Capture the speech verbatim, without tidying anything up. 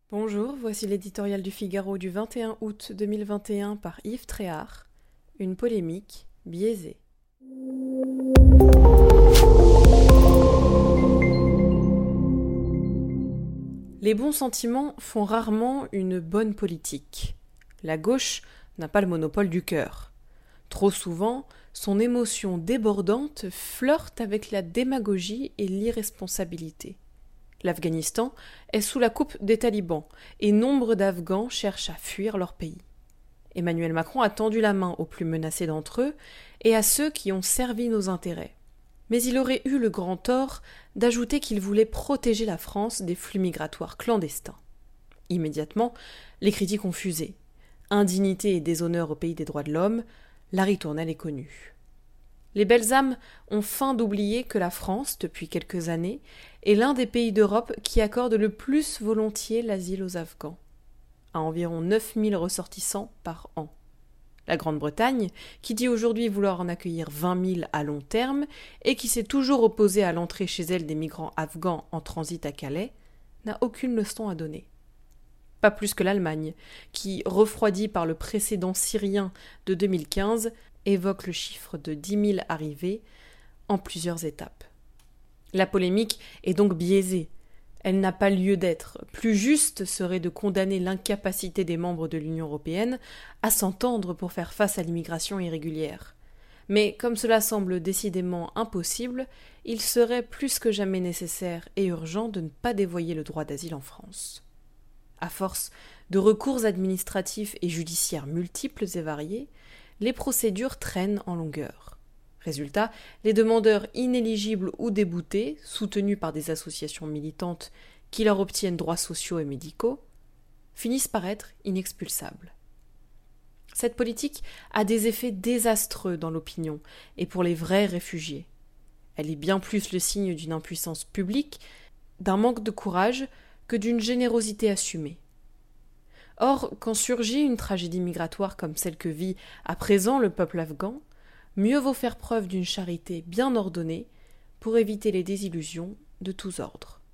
Bonjour, voici l'éditorial du Figaro du vingt et un août deux mille vingt et un par Yves Tréhard. Une polémique biaisée. Les bons sentiments font rarement une bonne politique. La gauche n'a pas le monopole du cœur. Trop souvent, son émotion débordante flirte avec la démagogie et l'irresponsabilité. L'Afghanistan est sous la coupe des talibans et nombre d'Afghans cherchent à fuir leur pays. Emmanuel Macron a tendu la main aux plus menacés d'entre eux et à ceux qui ont servi nos intérêts. Mais il aurait eu le grand tort d'ajouter qu'il voulait protéger la France des flux migratoires clandestins. Immédiatement, les critiques ont fusé. Indignité et déshonneur au pays des droits de l'homme, la ritournelle est connue. Les belles âmes ont feint d'oublier que la France, depuis quelques années, est l'un des pays d'Europe qui accorde le plus volontiers l'asile aux Afghans, à environ neuf mille ressortissants par an. La Grande-Bretagne, qui dit aujourd'hui vouloir en accueillir vingt mille à long terme et qui s'est toujours opposée à l'entrée chez elle des migrants afghans en transit à Calais, n'a aucune leçon à donner. Pas plus que l'Allemagne, qui, refroidie par le précédent syrien de deux mille quinze, évoque le chiffre de dix mille arrivées en plusieurs étapes. La polémique est donc biaisée. Elle n'a pas lieu d'être. Plus juste serait de condamner l'incapacité des membres de l'Union européenne à s'entendre pour faire face à l'immigration irrégulière. Mais comme cela semble décidément impossible, il serait plus que jamais nécessaire et urgent de ne pas dévoyer le droit d'asile en France. À force de recours administratifs et judiciaires multiples et variés, les procédures traînent en longueur. Résultat, les demandeurs inéligibles ou déboutés, soutenus par des associations militantes qui leur obtiennent droits sociaux et médicaux, finissent par être inexpulsables. Cette politique a des effets désastreux dans l'opinion et pour les vrais réfugiés. Elle est bien plus le signe d'une impuissance publique, d'un manque de courage que d'une générosité assumée. Or, quand surgit une tragédie migratoire comme celle que vit à présent le peuple afghan, mieux vaut faire preuve d'une charité bien ordonnée pour éviter les désillusions de tous ordres.